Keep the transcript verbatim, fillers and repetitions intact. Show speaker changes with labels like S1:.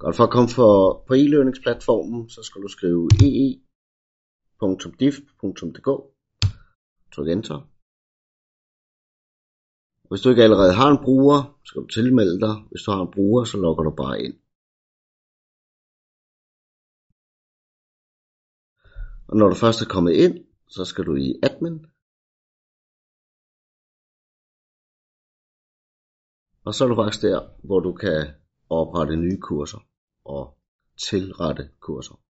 S1: Godt, for at komme for, på e-learningsplatformen, så skal du skrive e e punktum dift punktum d k. Tryk enter. Hvis du ikke allerede har en bruger, så skal du tilmelde dig. Hvis du har en bruger, så logger du bare ind. Og når du først er kommet ind, så skal du i admin. Og så er du faktisk der, hvor du kan oprette nye kurser og tilrette kurser.